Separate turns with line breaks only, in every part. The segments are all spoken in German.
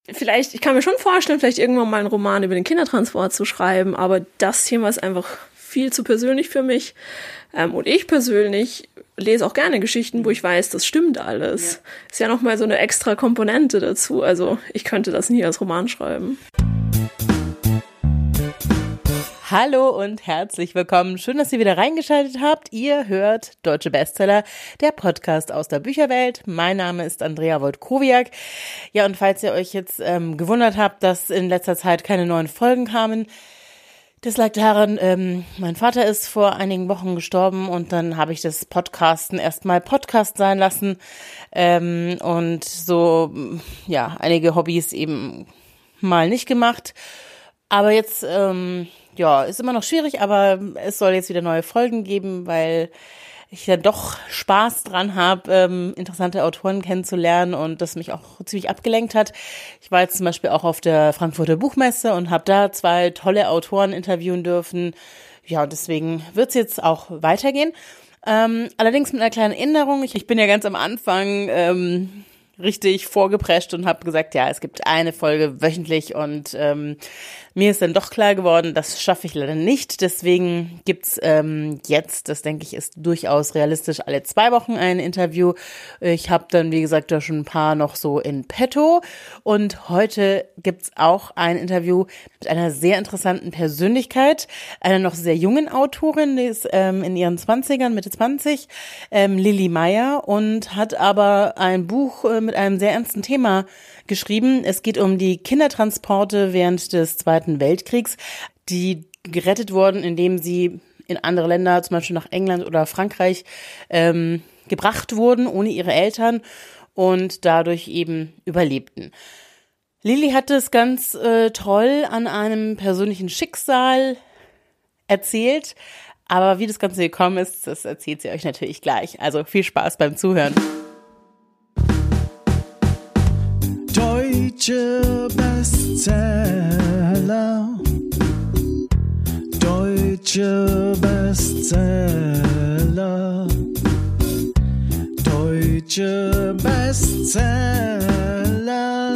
Vielleicht, ich kann mir schon vorstellen, vielleicht irgendwann mal einen Roman über den Kindertransport zu schreiben, aber das Thema ist einfach viel zu persönlich für mich. Und ich persönlich lese auch gerne Geschichten, wo ich weiß, das stimmt alles. Ja. Ist ja nochmal so eine extra Komponente dazu. Also ich könnte das nie als Roman schreiben.
Hallo und herzlich willkommen. Schön, dass ihr wieder reingeschaltet habt. Ihr hört Deutsche Bestseller, der Podcast aus der Bücherwelt. Mein Name ist Andrea Wojtkowiak. Ja, und falls ihr euch jetzt gewundert habt, dass in letzter Zeit keine neuen Folgen kamen, das lag daran, mein Vater ist vor einigen Wochen gestorben und dann habe ich das Podcasten erstmal Podcast sein lassen und so, ja, einige Hobbys eben mal nicht gemacht. Aber jetzt, ist immer noch schwierig, aber es soll jetzt wieder neue Folgen geben, weil ich ja doch Spaß dran habe, interessante Autoren kennenzulernen und das mich auch ziemlich abgelenkt hat. Ich war jetzt zum Beispiel auch auf der Frankfurter Buchmesse und habe da 2 tolle Autoren interviewen dürfen. Ja, und deswegen wird's jetzt auch weitergehen. Allerdings mit einer kleinen Änderung. Ich bin ja ganz am Anfang richtig vorgeprescht und habe gesagt, ja, es gibt eine Folge wöchentlich und mir ist dann doch klar geworden, das schaffe ich leider nicht. Deswegen gibt's jetzt, das denke ich, ist durchaus realistisch, alle 2 Wochen ein Interview. Ich habe dann, wie gesagt, da schon ein paar noch so in petto. Und heute gibt's auch ein Interview mit einer sehr interessanten Persönlichkeit, einer noch sehr jungen Autorin, die ist in ihren 20ern, Mitte 20, Lilly Meyer, und hat aber ein Buch mit einem sehr ernsten Thema geschrieben. Es geht um die Kindertransporte während des Zweiten Weltkriegs, die gerettet wurden, indem sie in andere Länder, zum Beispiel nach England oder Frankreich, gebracht wurden, ohne ihre Eltern und dadurch eben überlebten. Lilly hat es ganz toll an einem persönlichen Schicksal erzählt, aber wie das Ganze gekommen ist, das erzählt sie euch natürlich gleich. Also viel Spaß beim Zuhören.
Deutsche Bestseller, Deutsche Bestseller, Deutsche Bestseller,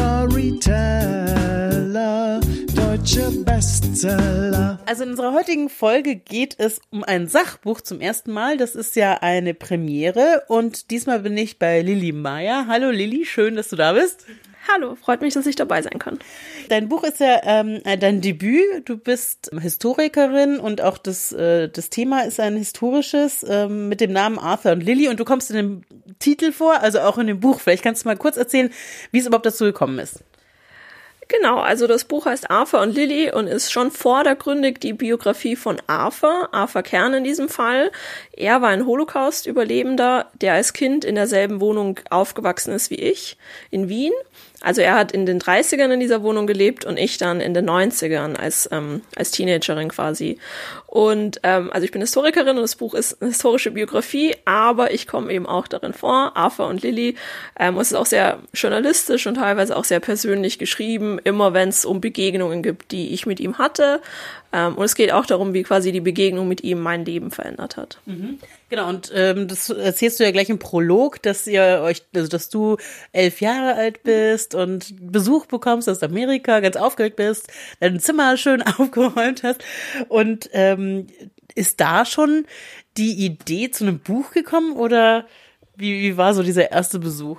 Storyteller, Deutsche Bestseller.
Also in unserer heutigen Folge geht es um ein Sachbuch zum ersten Mal. Das ist ja eine Premiere und diesmal bin ich bei Lilly Meyer. Hallo Lilly, schön, dass du da bist.
Hallo, freut mich, dass ich dabei sein kann.
Dein Buch ist ja dein Debüt. Du bist Historikerin und auch das Thema ist ein historisches mit dem Namen Arthur und Lilly und du kommst in dem Titel vor, also auch in dem Buch. Vielleicht kannst du mal kurz erzählen, wie es überhaupt dazu gekommen ist.
Genau, also das Buch heißt Arthur und Lilly und ist schon vordergründig die Biografie von Arthur Kern in diesem Fall. Er war ein Holocaust-Überlebender, der als Kind in derselben Wohnung aufgewachsen ist wie ich, in Wien. Also er hat in den 30ern in dieser Wohnung gelebt und ich dann in den 90ern als Teenagerin quasi. Und also ich bin Historikerin und das Buch ist eine historische Biografie, aber ich komme eben auch darin vor, Arthur und Lilly. Es ist auch sehr journalistisch und teilweise auch sehr persönlich geschrieben, immer wenn es um Begegnungen gibt, die ich mit ihm hatte. Und es geht auch darum, wie quasi die Begegnung mit ihm mein Leben verändert hat.
Mhm. Genau, und das erzählst du ja gleich im Prolog, dass du 11 Jahre alt bist und Besuch bekommst aus Amerika, ganz aufgeregt bist, dein Zimmer schön aufgeräumt hast. Und ist da schon die Idee zu einem Buch gekommen oder wie war so dieser erste Besuch?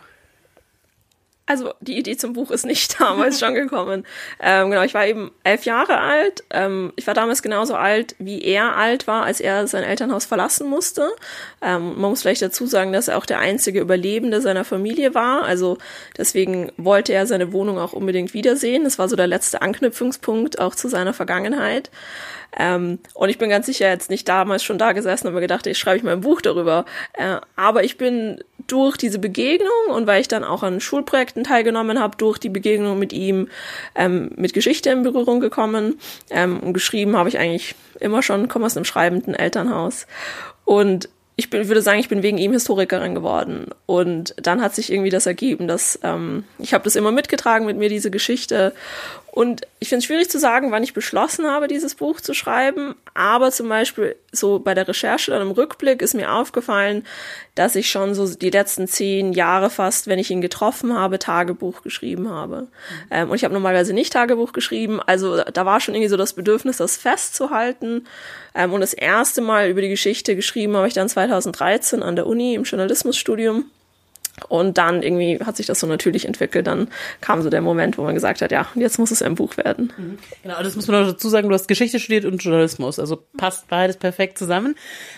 Also die Idee zum Buch ist nicht damals schon gekommen. Genau, ich war eben 11 Jahre alt. Ich war damals genauso alt, wie er alt war, als er sein Elternhaus verlassen musste. Man muss vielleicht dazu sagen, dass er auch der einzige Überlebende seiner Familie war. Also deswegen wollte er seine Wohnung auch unbedingt wiedersehen. Das war so der letzte Anknüpfungspunkt auch zu seiner Vergangenheit. Und ich bin ganz sicher jetzt nicht damals schon da gesessen und mir gedacht, ich schreibe ein Buch darüber. Aber ich bin durch diese Begegnung und weil ich dann auch an Schulprojekten teilgenommen habe, durch die Begegnung mit ihm mit Geschichte in Berührung gekommen. Und geschrieben habe ich eigentlich immer schon, komme aus einem schreibenden Elternhaus. Und ich würde sagen, ich bin wegen ihm Historikerin geworden. Und dann hat sich irgendwie das ergeben, dass ich habe das immer mitgetragen mit mir, diese Geschichte. Und ich finde es schwierig zu sagen, wann ich beschlossen habe, dieses Buch zu schreiben. Aber zum Beispiel so bei der Recherche dann im Rückblick ist mir aufgefallen, dass ich schon so die letzten 10 Jahre fast, wenn ich ihn getroffen habe, Tagebuch geschrieben habe. Und ich habe normalerweise nicht Tagebuch geschrieben. Also da war schon irgendwie so das Bedürfnis, das festzuhalten. Und das erste Mal über die Geschichte geschrieben habe ich dann 2013 an der Uni im Journalismusstudium. Und dann irgendwie hat sich das so natürlich entwickelt. Dann kam so der Moment, wo man gesagt hat, ja, jetzt muss es ein Buch werden.
Genau, das muss man noch dazu sagen, du hast Geschichte studiert und Journalismus. Also passt beides perfekt zusammen.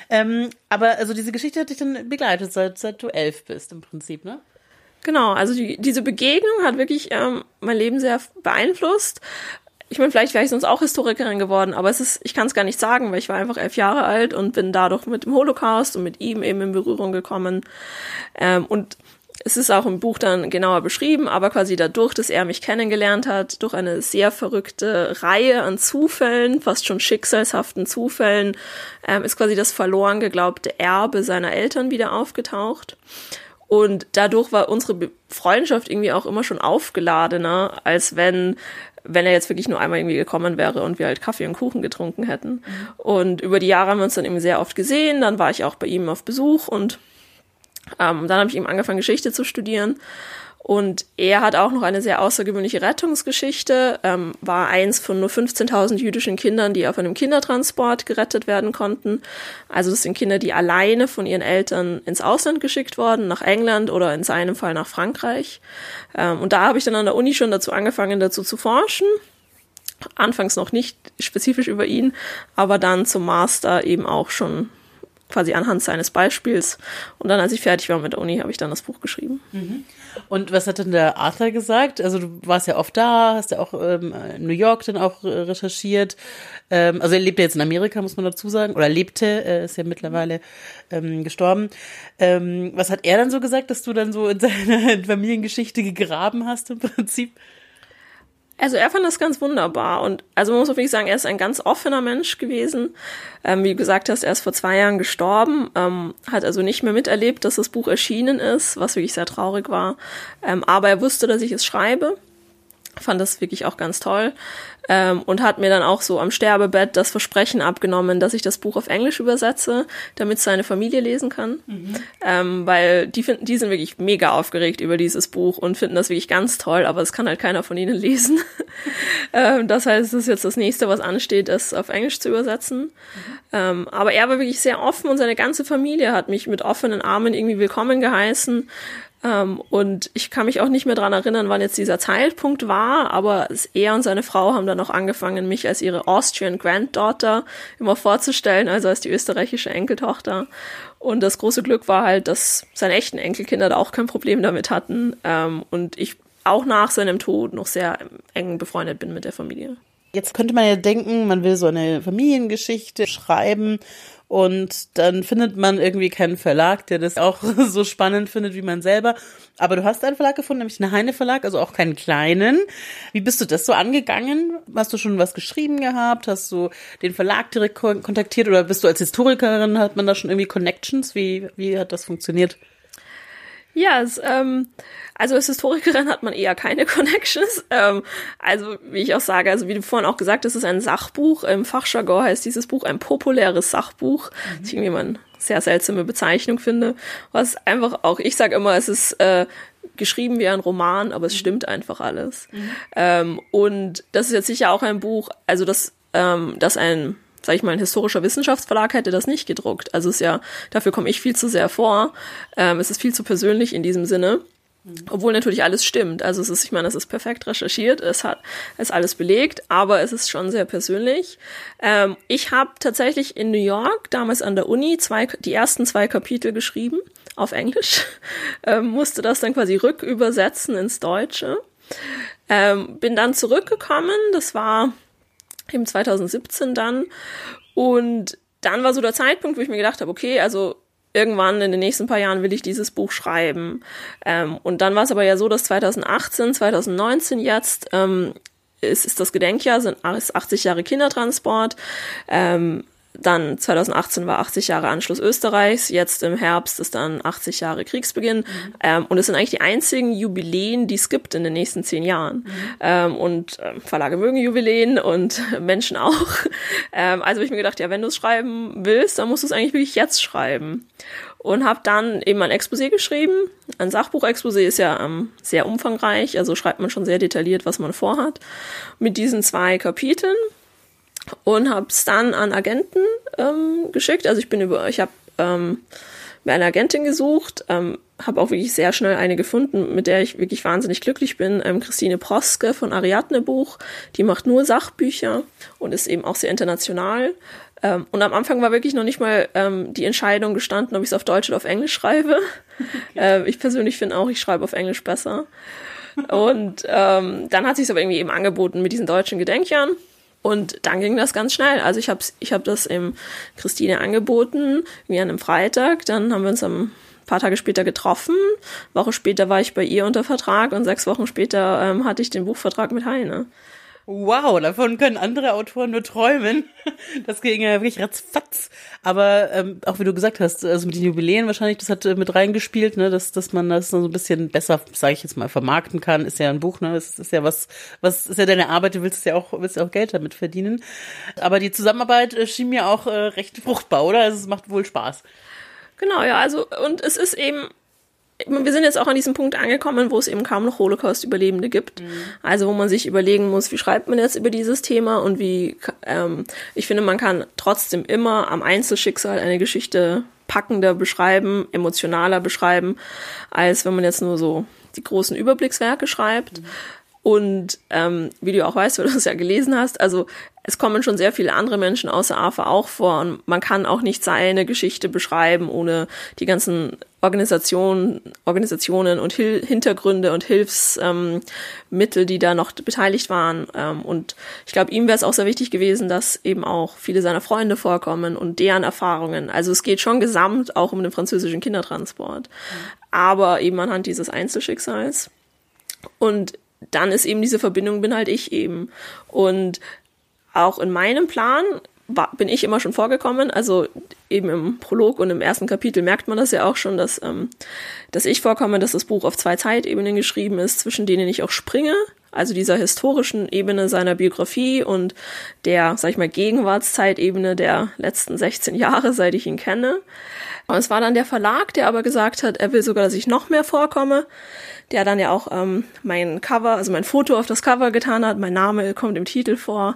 Aber also diese Geschichte hat dich dann begleitet, seit du 11 bist im Prinzip, ne?
Genau, also diese Begegnung hat wirklich mein Leben sehr beeinflusst. Ich meine, vielleicht wäre ich sonst auch Historikerin geworden, aber ich kann es gar nicht sagen, weil ich war einfach 11 Jahre alt und bin dadurch mit dem Holocaust und mit ihm eben in Berührung gekommen. Und es ist auch im Buch dann genauer beschrieben, aber quasi dadurch, dass er mich kennengelernt hat, durch eine sehr verrückte Reihe an Zufällen, fast schon schicksalshaften Zufällen, ist quasi das verloren geglaubte Erbe seiner Eltern wieder aufgetaucht. Und dadurch war unsere Freundschaft irgendwie auch immer schon aufgeladener, als wenn er jetzt wirklich nur einmal irgendwie gekommen wäre und wir halt Kaffee und Kuchen getrunken hätten. Und über die Jahre haben wir uns dann eben sehr oft gesehen. Dann war ich auch bei ihm auf Besuch und dann habe ich ihm angefangen, Geschichte zu studieren. Und er hat auch noch eine sehr außergewöhnliche Rettungsgeschichte, war eins von nur 15.000 jüdischen Kindern, die auf einem Kindertransport gerettet werden konnten. Also das sind Kinder, die alleine von ihren Eltern ins Ausland geschickt wurden, nach England oder in seinem Fall nach Frankreich. Und da habe ich dann an der Uni schon angefangen, dazu zu forschen. Anfangs noch nicht spezifisch über ihn, aber dann zum Master eben auch schon quasi anhand seines Beispiels. Und dann, als ich fertig war mit der Uni, habe ich dann das Buch geschrieben.
Und was hat denn der Arthur gesagt? Also du warst ja oft da, hast ja auch in New York dann auch recherchiert. Also er lebt ja jetzt in Amerika, muss man dazu sagen. Oder lebte, ist ja mittlerweile gestorben. Was hat er dann so gesagt, dass du dann so in seiner Familiengeschichte gegraben hast im Prinzip?
Also er fand das ganz wunderbar und also man muss auch wirklich sagen, er ist ein ganz offener Mensch gewesen. Wie du gesagt hast, er ist vor 2 Jahren gestorben, hat also nicht mehr miterlebt, dass das Buch erschienen ist, was wirklich sehr traurig war. Aber er wusste, dass ich es schreibe, fand das wirklich auch ganz toll und hat mir dann auch so am Sterbebett das Versprechen abgenommen, dass ich das Buch auf Englisch übersetze, damit seine Familie lesen kann. Weil die sind wirklich mega aufgeregt über dieses Buch und finden das wirklich ganz toll, aber es kann halt keiner von ihnen lesen. Das heißt, es ist jetzt das Nächste, was ansteht, es auf Englisch zu übersetzen. Aber er war wirklich sehr offen und seine ganze Familie hat mich mit offenen Armen irgendwie willkommen geheißen. Und ich kann mich auch nicht mehr dran erinnern, wann jetzt dieser Zeitpunkt war, aber er und seine Frau haben dann auch angefangen, mich als ihre Austrian Granddaughter immer vorzustellen, also als die österreichische Enkeltochter. Und das große Glück war halt, dass seine echten Enkelkinder da auch kein Problem damit hatten und ich auch nach seinem Tod noch sehr eng befreundet bin mit der Familie.
Jetzt könnte man ja denken, man will so eine Familiengeschichte schreiben und dann findet man irgendwie keinen Verlag, der das auch so spannend findet wie man selber. Aber du hast einen Verlag gefunden, nämlich einen Heine Verlag, also auch keinen kleinen. Wie bist du das so angegangen? Hast du schon was geschrieben gehabt? Hast du den Verlag direkt kontaktiert oder bist du als Historikerin, hat man da schon irgendwie Connections? Wie hat das funktioniert?
Ja, also als Historikerin hat man eher keine Connections. Also wie ich auch sage, also wie du vorhin auch gesagt hast, es ist ein Sachbuch. Im Fachjargon heißt dieses Buch ein populäres Sachbuch, was ich irgendwie mal eine sehr seltsame Bezeichnung finde. Was einfach auch, ich sage immer, es ist geschrieben wie ein Roman, aber es stimmt einfach alles. Und das ist jetzt sicher auch ein Buch, also das ein, sag ich mal, ein historischer Wissenschaftsverlag hätte das nicht gedruckt. Also es ist ja, dafür komme ich viel zu sehr vor. Es ist viel zu persönlich in diesem Sinne. Obwohl natürlich alles stimmt. Also es ist perfekt recherchiert, es ist alles belegt, aber es ist schon sehr persönlich. Ich habe tatsächlich in New York, damals an der Uni, die ersten 2 Kapitel geschrieben, auf Englisch. Musste das dann quasi rückübersetzen ins Deutsche. Bin dann zurückgekommen, das war im 2017 dann. Und dann war so der Zeitpunkt, wo ich mir gedacht habe, okay, also irgendwann in den nächsten paar Jahren will ich dieses Buch schreiben. Und dann war es aber ja so, dass 2019 jetzt ist das Gedenkjahr, ist 80 Jahre Kindertransport. dann 2018 war 80 Jahre Anschluss Österreichs, jetzt im Herbst ist dann 80 Jahre Kriegsbeginn. Und es sind eigentlich die einzigen Jubiläen, die es gibt in den nächsten 10 Jahren. Verlage mögen Jubiläen und Menschen auch. Also habe ich mir gedacht, ja, wenn du es schreiben willst, dann musst du es eigentlich wirklich jetzt schreiben. Und habe dann eben ein Exposé geschrieben. Ein Sachbuchexposé ist ja sehr umfangreich, also schreibt man schon sehr detailliert, was man vorhat. Mit diesen 2 Kapiteln. Und habe es dann an Agenten geschickt. Also ich habe mir eine Agentin gesucht, habe auch wirklich sehr schnell eine gefunden, mit der ich wirklich wahnsinnig glücklich bin. Christine Proske von Ariadne Buch. Die macht nur Sachbücher und ist eben auch sehr international. Und am Anfang war wirklich noch nicht mal die Entscheidung gestanden, ob ich es auf Deutsch oder auf Englisch schreibe. Ich persönlich finde auch, ich schreibe auf Englisch besser. Und dann hat sich es aber irgendwie eben angeboten mit diesen deutschen Gedenkjahren. Und dann ging das ganz schnell. Also ich hab das Christine angeboten, wie an einem Freitag. Dann haben wir uns ein paar Tage später getroffen. Eine Woche später war ich bei ihr unter Vertrag und 6 Wochen später hatte ich den Buchvertrag mit Heine.
Wow, davon können andere Autoren nur träumen. Das ging ja wirklich ratzfatz. Aber auch wie du gesagt hast, also mit den Jubiläen wahrscheinlich, das hat mit reingespielt, ne, dass man das so ein bisschen besser, sage ich jetzt mal, vermarkten kann. Ist ja ein Buch, ne, es ist ja was ist ja deine Arbeit, du willst ja auch Geld damit verdienen. Aber die Zusammenarbeit schien mir auch recht fruchtbar, oder? Also es macht wohl Spaß.
Genau, ja, also und es ist eben, wir sind jetzt auch an diesem Punkt angekommen, wo es eben kaum noch Holocaust-Überlebende gibt. Also wo man sich überlegen muss, wie schreibt man jetzt über dieses Thema und ich finde, man kann trotzdem immer am Einzelschicksal eine Geschichte packender beschreiben, emotionaler beschreiben, als wenn man jetzt nur so die großen Überblickswerke schreibt. Und wie du auch weißt, weil du es ja gelesen hast, also es kommen schon sehr viele andere Menschen außer AFA auch vor und man kann auch nicht seine Geschichte beschreiben, ohne die ganzen Organisationen und Hintergründe und Hilfsmittel, die da noch beteiligt waren. Und ich glaube, ihm wäre es auch sehr wichtig gewesen, dass eben auch viele seiner Freunde vorkommen und deren Erfahrungen. Also es geht schon gesamt auch um den französischen Kindertransport, aber eben anhand dieses Einzelschicksals. Und dann ist eben diese Verbindung, bin halt ich eben. Und auch in meinem Plan bin ich immer schon vorgekommen. Also eben im Prolog und im ersten Kapitel merkt man das ja auch schon, dass ich vorkomme, dass das Buch auf 2 Zeitebenen geschrieben ist, zwischen denen ich auch springe. Also dieser historischen Ebene seiner Biografie und der, sag ich mal, Gegenwartszeitebene der letzten 16 Jahre, seit ich ihn kenne. Und es war dann der Verlag, der aber gesagt hat, er will sogar, dass ich noch mehr vorkomme. Der dann ja auch mein Cover, also mein Foto auf das Cover getan hat. Mein Name kommt im Titel vor,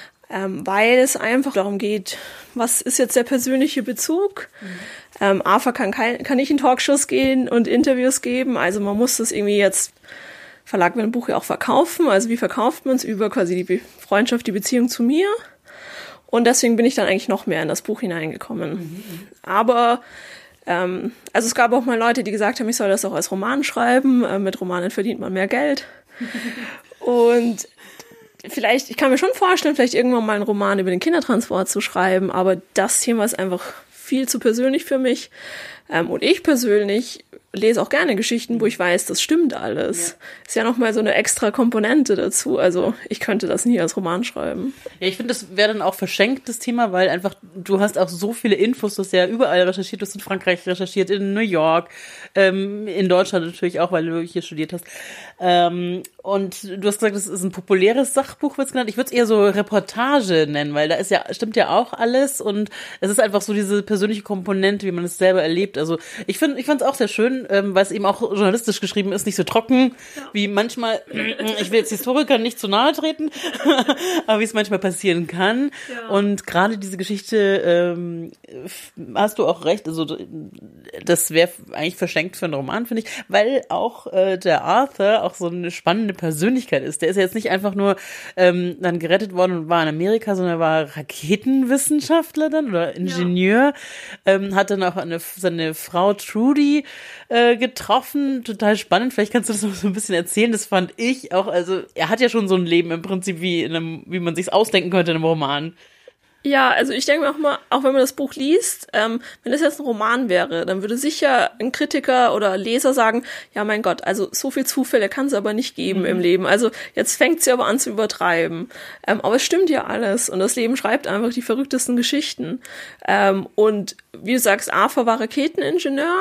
weil es einfach darum geht, was ist jetzt der persönliche Bezug? AFA kann nicht in Talkshows gehen und Interviews geben, also man muss das irgendwie jetzt, Verlag will ein Buch ja auch verkaufen, also wie verkauft man es? Über quasi die Freundschaft, die Beziehung zu mir. Und deswegen bin ich dann eigentlich noch mehr in das Buch hineingekommen. Aber also es gab auch mal Leute, die gesagt haben, ich soll das auch als Roman schreiben. Mit Romanen verdient man mehr Geld. Und vielleicht, ich kann mir schon vorstellen, vielleicht irgendwann mal einen Roman über den Kindertransport zu schreiben, aber das Thema ist einfach viel zu persönlich für mich. Und ich persönlich lese auch gerne Geschichten, wo ich weiß, das stimmt alles. Ja. Ist ja nochmal so eine extra Komponente dazu. Also ich könnte das nie als Roman schreiben.
Ja, ich finde, das wäre dann auch verschenkt, das Thema, weil einfach, du hast auch so viele Infos, du hast ja überall recherchiert, du hast in Frankreich recherchiert, in New York, in Deutschland natürlich auch, weil du hier studiert hast. Und du hast gesagt, das ist ein populäres Sachbuch, wird's genannt. Ich würde es eher so Reportage nennen, weil da stimmt ja auch alles und es ist einfach so diese persönliche Komponente, wie man es selber erlebt. Also ich fand es auch sehr schön, weil es eben auch journalistisch geschrieben ist, nicht so trocken, wie manchmal, ich will jetzt Historikern nicht zu nahe treten, aber wie es manchmal passieren kann. Ja. Und gerade diese Geschichte, hast du auch recht, also das wäre eigentlich verschenkt für einen Roman, finde ich, weil auch der Arthur auch so eine spannende Persönlichkeit ist. Der ist ja jetzt nicht einfach nur dann gerettet worden und war in Amerika, sondern er war Raketenwissenschaftler dann oder Ingenieur, hat dann auch seine Frau Trudy getroffen, total spannend. Vielleicht kannst du das noch so ein bisschen erzählen. Das fand ich auch, also er hat ja schon so ein Leben im Prinzip wie man sich's ausdenken könnte in einem Roman.
Ja, also ich denke mir auch mal, auch wenn man das Buch liest, wenn das jetzt ein Roman wäre, dann würde sicher ein Kritiker oder Leser sagen, ja mein Gott, also so viel Zufälle kann es aber nicht geben im Leben. Also jetzt fängt sie aber an zu übertreiben. Aber es stimmt ja alles und das Leben schreibt einfach die verrücktesten Geschichten. Und wie du sagst, Arthur war Raketeningenieur,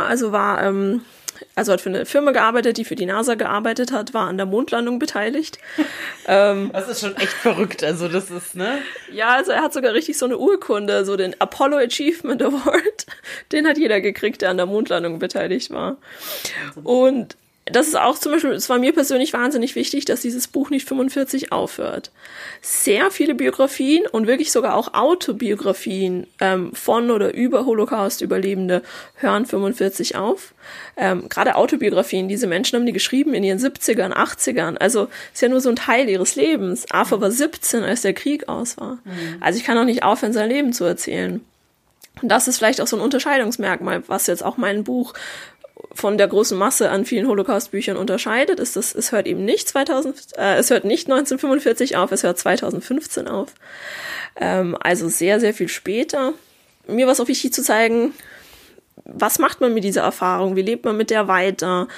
also hat für eine Firma gearbeitet, die für die NASA gearbeitet hat, war an der Mondlandung beteiligt.
Das ist schon echt verrückt, also das ist, ne?
Ja, also er hat sogar richtig so eine Urkunde, so den Apollo Achievement Award. Den hat jeder gekriegt, der an der Mondlandung beteiligt war. Und das ist auch zum Beispiel, es war mir persönlich wahnsinnig wichtig, dass dieses Buch nicht 45 aufhört. Sehr viele Biografien und wirklich sogar auch Autobiografien von oder über Holocaust-Überlebende hören 45 auf. Gerade Autobiografien, diese Menschen haben die geschrieben in ihren 70ern, 80ern. Also ist ja nur so ein Teil ihres Lebens. Arthur war 17, als der Krieg aus war. Also ich kann auch nicht aufhören, sein Leben zu erzählen. Und das ist vielleicht auch so ein Unterscheidungsmerkmal, was jetzt auch mein Buch von der großen Masse an vielen Holocaust-Büchern unterscheidet, ist, dass es hört eben nicht es hört nicht 1945 auf, es hört 2015 auf. Also sehr, sehr viel später. Mir war es auch wichtig zu zeigen, was macht man mit dieser Erfahrung, wie lebt man mit der weiter.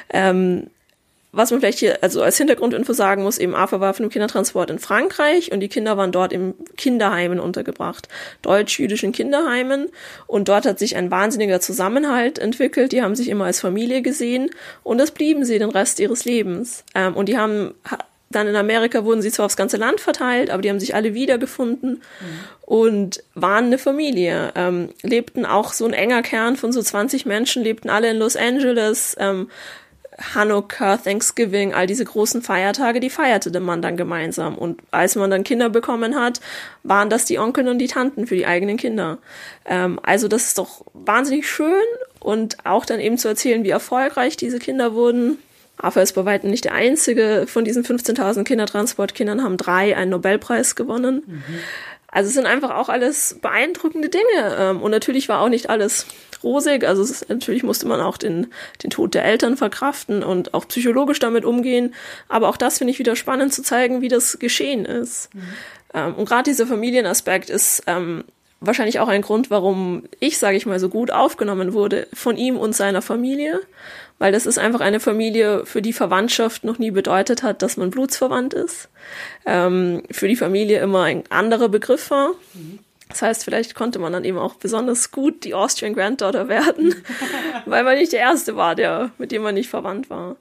Was man vielleicht hier also als Hintergrundinfo sagen muss, eben Arthur war auf einem Kindertransport in Frankreich und die Kinder waren dort in Kinderheimen untergebracht, deutsch-jüdischen Kinderheimen, und dort hat sich ein wahnsinniger Zusammenhalt entwickelt, die haben sich immer als Familie gesehen und das blieben sie den Rest ihres Lebens. Und die haben dann in Amerika wurden sie zwar aufs ganze Land verteilt, aber die haben sich alle wiedergefunden und waren eine Familie, lebten auch so ein enger Kern von so 20 Menschen, lebten alle in Los Angeles, Hanukkah, Thanksgiving, all diese großen Feiertage, die feierte man dann gemeinsam. Und als man dann Kinder bekommen hat, waren das die Onkel und die Tanten für die eigenen Kinder. Also das ist doch wahnsinnig schön und auch dann eben zu erzählen, wie erfolgreich diese Kinder wurden. Arthur ist bei weitem nicht der einzige. Von diesen 15.000 Kindertransportkindern haben 3 einen Nobelpreis gewonnen. Also es sind einfach auch alles beeindruckende Dinge. Und natürlich war auch nicht alles rosig. Also natürlich musste man auch den Tod der Eltern verkraften und auch psychologisch damit umgehen. Aber auch das finde ich wieder spannend zu zeigen, wie das geschehen ist. Und gerade dieser Familienaspekt ist wahrscheinlich auch ein Grund, warum ich, sage ich mal, so gut aufgenommen wurde von ihm und seiner Familie. Weil das ist einfach eine Familie, für die Verwandtschaft noch nie bedeutet hat, dass man blutsverwandt ist. Für die Familie immer ein anderer Begriff war. Das heißt, vielleicht konnte man dann eben auch besonders gut die Austrian Granddaughter werden, weil man nicht der Erste war, mit dem man nicht verwandt war.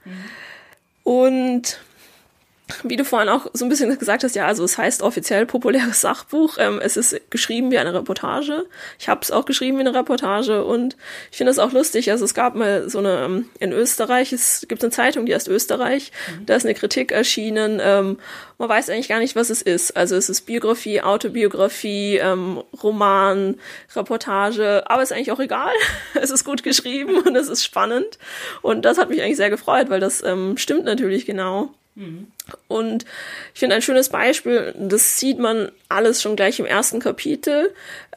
Und wie du vorhin auch so ein bisschen gesagt hast, ja, also es heißt offiziell populäres Sachbuch. Es ist geschrieben wie eine Reportage. Ich habe es auch geschrieben wie eine Reportage und ich finde es auch lustig. Also es gab mal so eine, in Österreich, es gibt eine Zeitung, die heißt Österreich, da ist eine Kritik erschienen. Man weiß eigentlich gar nicht, was es ist. Also es ist Biografie, Autobiografie, Roman, Reportage, aber ist eigentlich auch egal. Es ist gut geschrieben und es ist spannend und das hat mich eigentlich sehr gefreut, weil das stimmt natürlich genau. Und ich finde ein schönes Beispiel, das sieht man alles schon gleich im ersten Kapitel,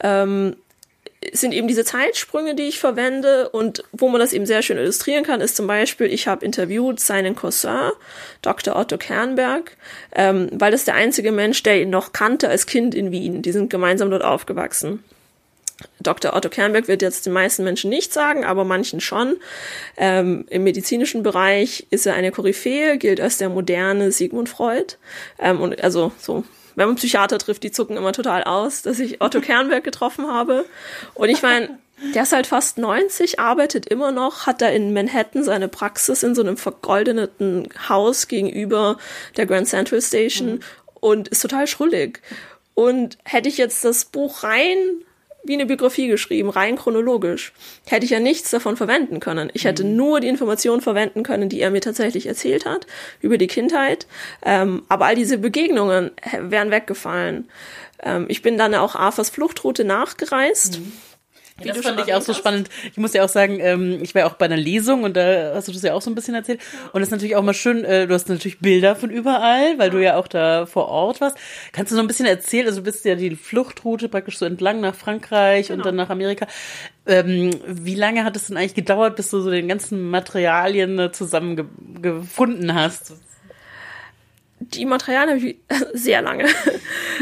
sind eben diese Zeitsprünge, die ich verwende und wo man das eben sehr schön illustrieren kann, ist zum Beispiel, ich habe interviewt seinen Cousin, Dr. Otto Kernberg, weil das der einzige Mensch, der ihn noch kannte als Kind in Wien. Die sind gemeinsam dort aufgewachsen. Dr. Otto Kernberg wird jetzt den meisten Menschen nicht sagen, aber manchen schon. Im medizinischen Bereich ist er eine Koryphäe, gilt als der moderne Sigmund Freud. Und also so, wenn man Psychiater trifft, die zucken immer total aus, dass ich Otto Kernberg getroffen habe. Und ich meine, der ist halt fast 90, arbeitet immer noch, hat da in Manhattan seine Praxis in so einem vergoldeten Haus gegenüber der Grand Central Station und ist total schrullig. Und hätte ich jetzt das Buch rein wie eine Biografie geschrieben, rein chronologisch, hätte ich ja nichts davon verwenden können. Ich hätte nur die Informationen verwenden können, die er mir tatsächlich erzählt hat, über die Kindheit. Aber all diese Begegnungen wären weggefallen. Ich bin dann auch Arthurs Fluchtroute nachgereist.
Ja, das fand ich auch so spannend. Ich muss ja auch sagen, ich war ja auch bei einer Lesung und da hast du das ja auch so ein bisschen erzählt. Und das ist natürlich auch mal schön, du hast natürlich Bilder von überall, weil du ja auch da vor Ort warst. Kannst du so ein bisschen erzählen, also du bist ja die Fluchtroute praktisch so entlang nach Frankreich und dann nach Amerika. Wie lange hat es denn eigentlich gedauert, bis du so den ganzen Materialien zusammengefunden hast?
Die Materialien habe ich sehr lange.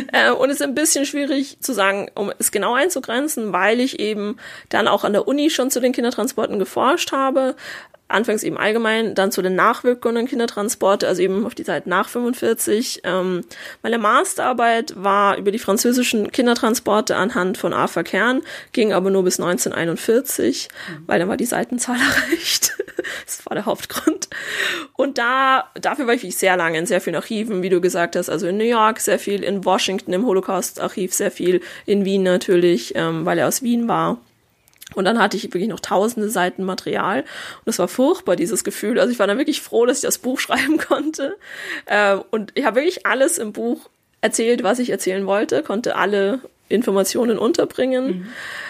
Und es ist ein bisschen schwierig zu sagen, um es genau einzugrenzen, weil ich eben dann auch an der Uni schon zu den Kindertransporten geforscht habe. Anfangs eben allgemein, dann zu den Nachwirkungen Kindertransporte, also eben auf die Zeit nach 45. Meine Masterarbeit war über die französischen Kindertransporte anhand von A. Verkern, ging aber nur bis 1941, weil dann war die Seitenzahl erreicht. Das war der Hauptgrund. Und dafür war ich sehr lange in sehr vielen Archiven, wie du gesagt hast, also in New York sehr viel, in Washington im Holocaust-Archiv sehr viel, in Wien natürlich, weil er aus Wien war. Und dann hatte ich wirklich noch tausende Seiten Material. Und es war furchtbar, dieses Gefühl. Also ich war dann wirklich froh, dass ich das Buch schreiben konnte. Und ich habe wirklich alles im Buch erzählt, was ich erzählen wollte, konnte alle Informationen unterbringen.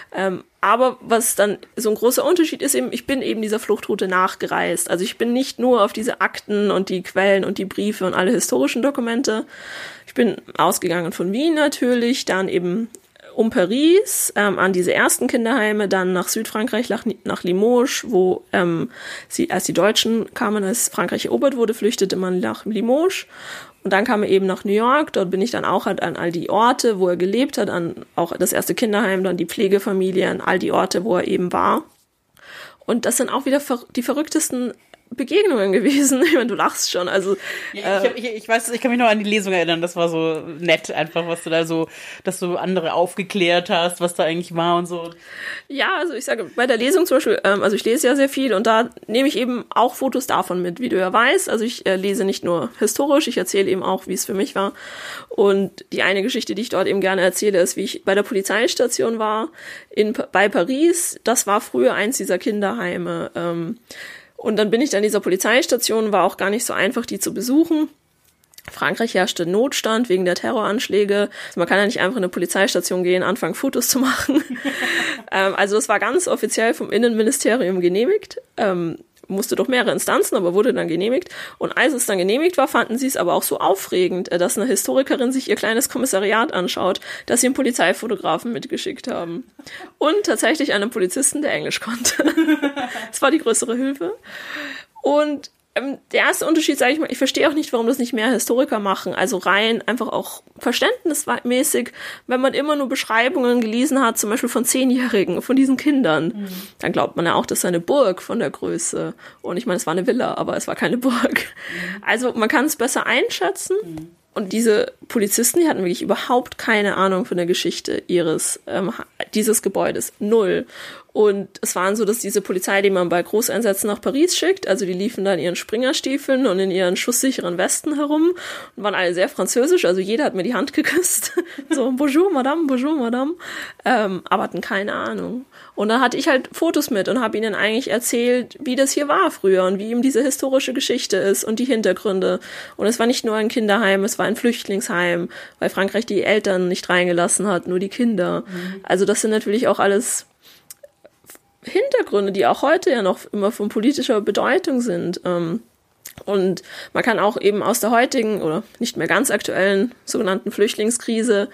Aber was dann so ein großer Unterschied ist, eben, ich bin eben dieser Fluchtroute nachgereist. Also ich bin nicht nur auf diese Akten und die Quellen und die Briefe und alle historischen Dokumente. Ich bin ausgegangen von Wien natürlich, dann eben um Paris, an diese ersten Kinderheime, dann nach Südfrankreich, nach Limoges, wo als die Deutschen kamen, als Frankreich erobert wurde, flüchtete man nach Limoges. Und dann kam er eben nach New York, dort bin ich dann auch halt an all die Orte, wo er gelebt hat, an auch das erste Kinderheim, dann die Pflegefamilie, an all die Orte, wo er eben war. Und das sind auch wieder die verrücktesten Begegnungen gewesen. Ich meine, du lachst schon. Also
ja, ich weiß, ich kann mich noch an die Lesung erinnern. Das war so nett, einfach, was du da so, dass du andere aufgeklärt hast, was da eigentlich war und so.
Ja, also ich sage, bei der Lesung zum Beispiel, also ich lese ja sehr viel und da nehme ich eben auch Fotos davon mit, wie du ja weißt. Also ich lese nicht nur historisch, ich erzähle eben auch, wie es für mich war. Und die eine Geschichte, die ich dort eben gerne erzähle, ist, wie ich bei der Polizeistation war bei Paris. Das war früher eins dieser Kinderheime. Und dann bin ich an dieser Polizeistation, war auch gar nicht so einfach, die zu besuchen. Frankreich herrschte Notstand wegen der Terroranschläge. Also man kann ja nicht einfach in eine Polizeistation gehen, anfangen Fotos zu machen. Also das war ganz offiziell vom Innenministerium genehmigt. Musste durch mehrere Instanzen, aber wurde dann genehmigt. Und als es dann genehmigt war, fanden sie es aber auch so aufregend, dass eine Historikerin sich ihr kleines Kommissariat anschaut, dass sie einen Polizeifotografen mitgeschickt haben. Und tatsächlich einen Polizisten, der Englisch konnte. Das war die größere Hilfe. Und der erste Unterschied, sage ich mal, ich verstehe auch nicht, warum das nicht mehr Historiker machen. Also rein einfach auch verständnismäßig, wenn man immer nur Beschreibungen gelesen hat, zum Beispiel von 10-Jährigen, von diesen Kindern, dann glaubt man ja auch, das ist eine Burg von der Größe. Und ich meine, es war eine Villa, aber es war keine Burg. Also man kann es besser einschätzen. Und diese Polizisten, die hatten wirklich überhaupt keine Ahnung von der Geschichte dieses Gebäudes. Null. Und es waren so, dass diese Polizei, die man bei Großeinsätzen nach Paris schickt, also die liefen dann in ihren Springerstiefeln und in ihren schusssicheren Westen herum und waren alle sehr französisch, also jeder hat mir die Hand geküsst. So, bonjour, madame, aber hatten keine Ahnung. Und dann hatte ich halt Fotos mit und habe ihnen eigentlich erzählt, wie das hier war früher und wie eben diese historische Geschichte ist und die Hintergründe. Und es war nicht nur ein Kinderheim, es war ein Flüchtlingsheim, weil Frankreich die Eltern nicht reingelassen hat, nur die Kinder. Also das sind natürlich auch alles Hintergründe, die auch heute ja noch immer von politischer Bedeutung sind. Und man kann auch eben aus der heutigen oder nicht mehr ganz aktuellen sogenannten Flüchtlingskrise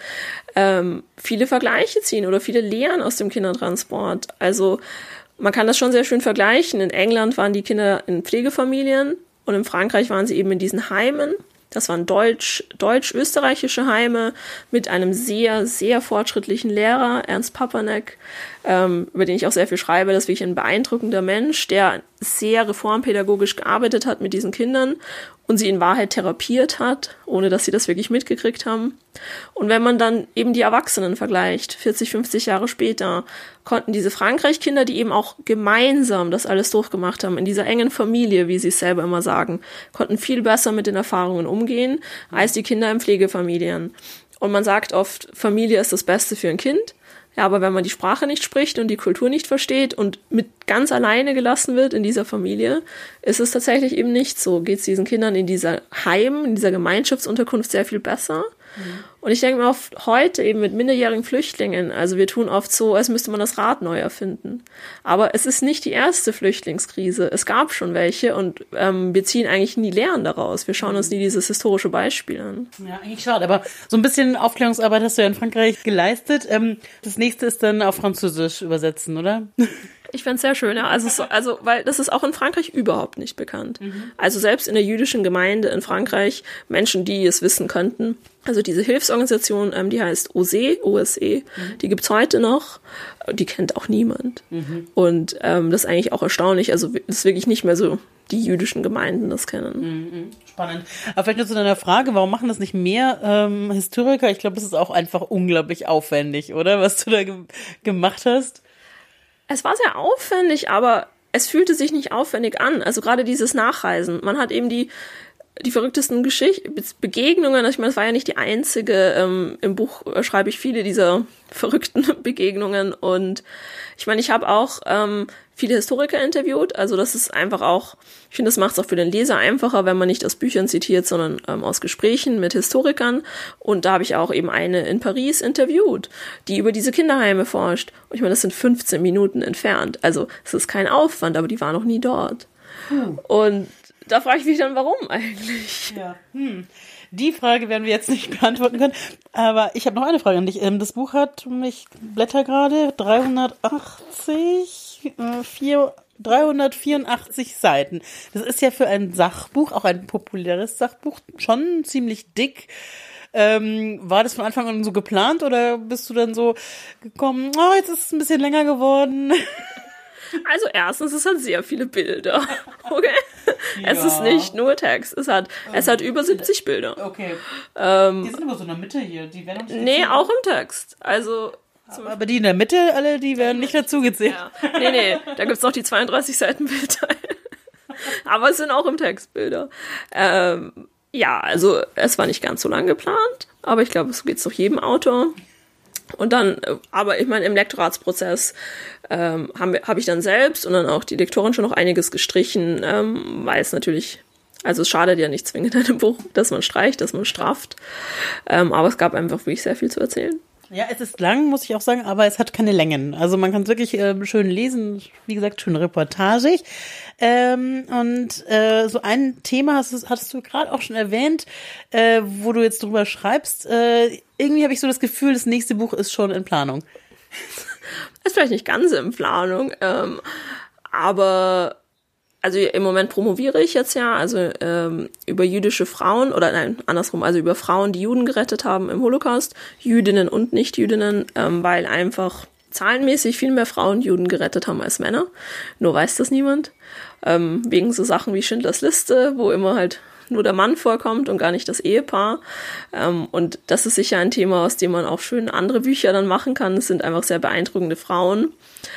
viele Vergleiche ziehen oder viele Lehren aus dem Kindertransport. Also man kann das schon sehr schön vergleichen. In England waren die Kinder in Pflegefamilien und in Frankreich waren sie eben in diesen Heimen. Das waren deutsch-österreichische Heime mit einem sehr, sehr fortschrittlichen Lehrer, Ernst Papanek, über den ich auch sehr viel schreibe. Das ist wirklich ein beeindruckender Mensch, der sehr reformpädagogisch gearbeitet hat mit diesen Kindern und sie in Wahrheit therapiert hat, ohne dass sie das wirklich mitgekriegt haben. Und wenn man dann eben die Erwachsenen vergleicht, 40, 50 Jahre später, konnten diese Frankreich-Kinder, die eben auch gemeinsam das alles durchgemacht haben, in dieser engen Familie, wie sie es selber immer sagen, konnten viel besser mit den Erfahrungen umgehen, als die Kinder in Pflegefamilien. Und man sagt oft, Familie ist das Beste für ein Kind. Ja, aber wenn man die Sprache nicht spricht und die Kultur nicht versteht und mit ganz alleine gelassen wird in dieser Familie, ist es tatsächlich eben nicht so. Geht es diesen Kindern in dieser Heim, in dieser Gemeinschaftsunterkunft sehr viel besser. Und ich denke mir oft heute eben mit minderjährigen Flüchtlingen, also wir tun oft so, als müsste man das Rad neu erfinden. Aber es ist nicht die erste Flüchtlingskrise. Es gab schon welche und wir ziehen eigentlich nie Lehren daraus. Wir schauen uns nie dieses historische Beispiel an.
Ja, eigentlich schade, aber so ein bisschen Aufklärungsarbeit hast du ja in Frankreich geleistet. Das nächste ist dann auf Französisch übersetzen, oder?
Ich fände es sehr schön, ja. Also, weil das ist auch in Frankreich überhaupt nicht bekannt. Also selbst in der jüdischen Gemeinde in Frankreich, Menschen, die es wissen könnten. Also diese Hilfsorganisation, die heißt OSE, die gibt's heute noch. Die kennt auch niemand. Und das ist eigentlich auch erstaunlich. Also das ist wirklich nicht mehr so die jüdischen Gemeinden das kennen.
Spannend. Aber vielleicht nur zu deiner Frage, warum machen das nicht mehr Historiker? Ich glaube, das ist auch einfach unglaublich aufwendig, oder? Was du da gemacht hast.
Es war sehr aufwendig, aber es fühlte sich nicht aufwendig an. Also gerade dieses Nachreisen. Man hat eben die verrücktesten Begegnungen. Also ich meine, es war ja nicht die einzige. Im Buch schreibe ich viele dieser verrückten Begegnungen. Und ich meine, ich habe auch viele Historiker interviewt. Also das ist einfach auch, ich finde, das macht es auch für den Leser einfacher, wenn man nicht aus Büchern zitiert, sondern aus Gesprächen mit Historikern. Und da habe ich auch eben eine in Paris interviewt, die über diese Kinderheime forscht. Und ich meine, das sind 15 Minuten entfernt. Also es ist kein Aufwand, aber die war noch nie dort. Und da frage ich mich dann, warum eigentlich?
Ja. Die Frage werden wir jetzt nicht beantworten können. Aber ich habe noch eine Frage an dich. Das Buch hat, ich blätter gerade, 384 Seiten. Das ist ja für ein Sachbuch, auch ein populäres Sachbuch, schon ziemlich dick. War das von Anfang an so geplant oder bist du dann so gekommen, jetzt ist es ein bisschen länger geworden?
Also erstens, es hat sehr viele Bilder, okay? Ja. Es ist nicht nur Text, es hat über 70 Bilder.
Okay. Die sind aber so in der Mitte hier, die werden
Nee, auch im Text, also...
Aber die in der Mitte, alle, die werden nicht dazugezählt.
Ja. Nee, da gibt's noch die 32 Seiten Bildteil. Aber es sind auch im Text Bilder. Ja, also es war nicht ganz so lang geplant, aber ich glaube, so geht's doch jedem Autor. Und dann, aber ich meine, im Lektoratsprozess habe ich dann selbst und dann auch die Lektorin schon noch einiges gestrichen, weil es natürlich, also es schadet ja nicht zwingend in einem Buch, dass man streicht, dass man strafft. Aber es gab einfach wirklich sehr viel zu erzählen.
Ja, es ist lang, muss ich auch sagen, aber es hat keine Längen. Also man kann es wirklich schön lesen, wie gesagt, schön reportagig. So ein Thema hattest du gerade auch schon erwähnt, wo du jetzt drüber schreibst. Irgendwie habe ich so das Gefühl, das nächste Buch ist schon in Planung.
Ist vielleicht nicht ganz in Planung, aber also im Moment promoviere ich jetzt ja, also über jüdische Frauen, oder nein, andersrum, also über Frauen, die Juden gerettet haben im Holocaust, Jüdinnen und Nicht-Jüdinnen, weil einfach zahlenmäßig viel mehr Frauen Juden gerettet haben als Männer. Nur weiß das niemand. Wegen so Sachen wie Schindlers Liste, wo immer halt nur der Mann vorkommt und gar nicht das Ehepaar. Und das ist sicher ein Thema, aus dem man auch schön andere Bücher dann machen kann. Es sind einfach sehr beeindruckende Frauen.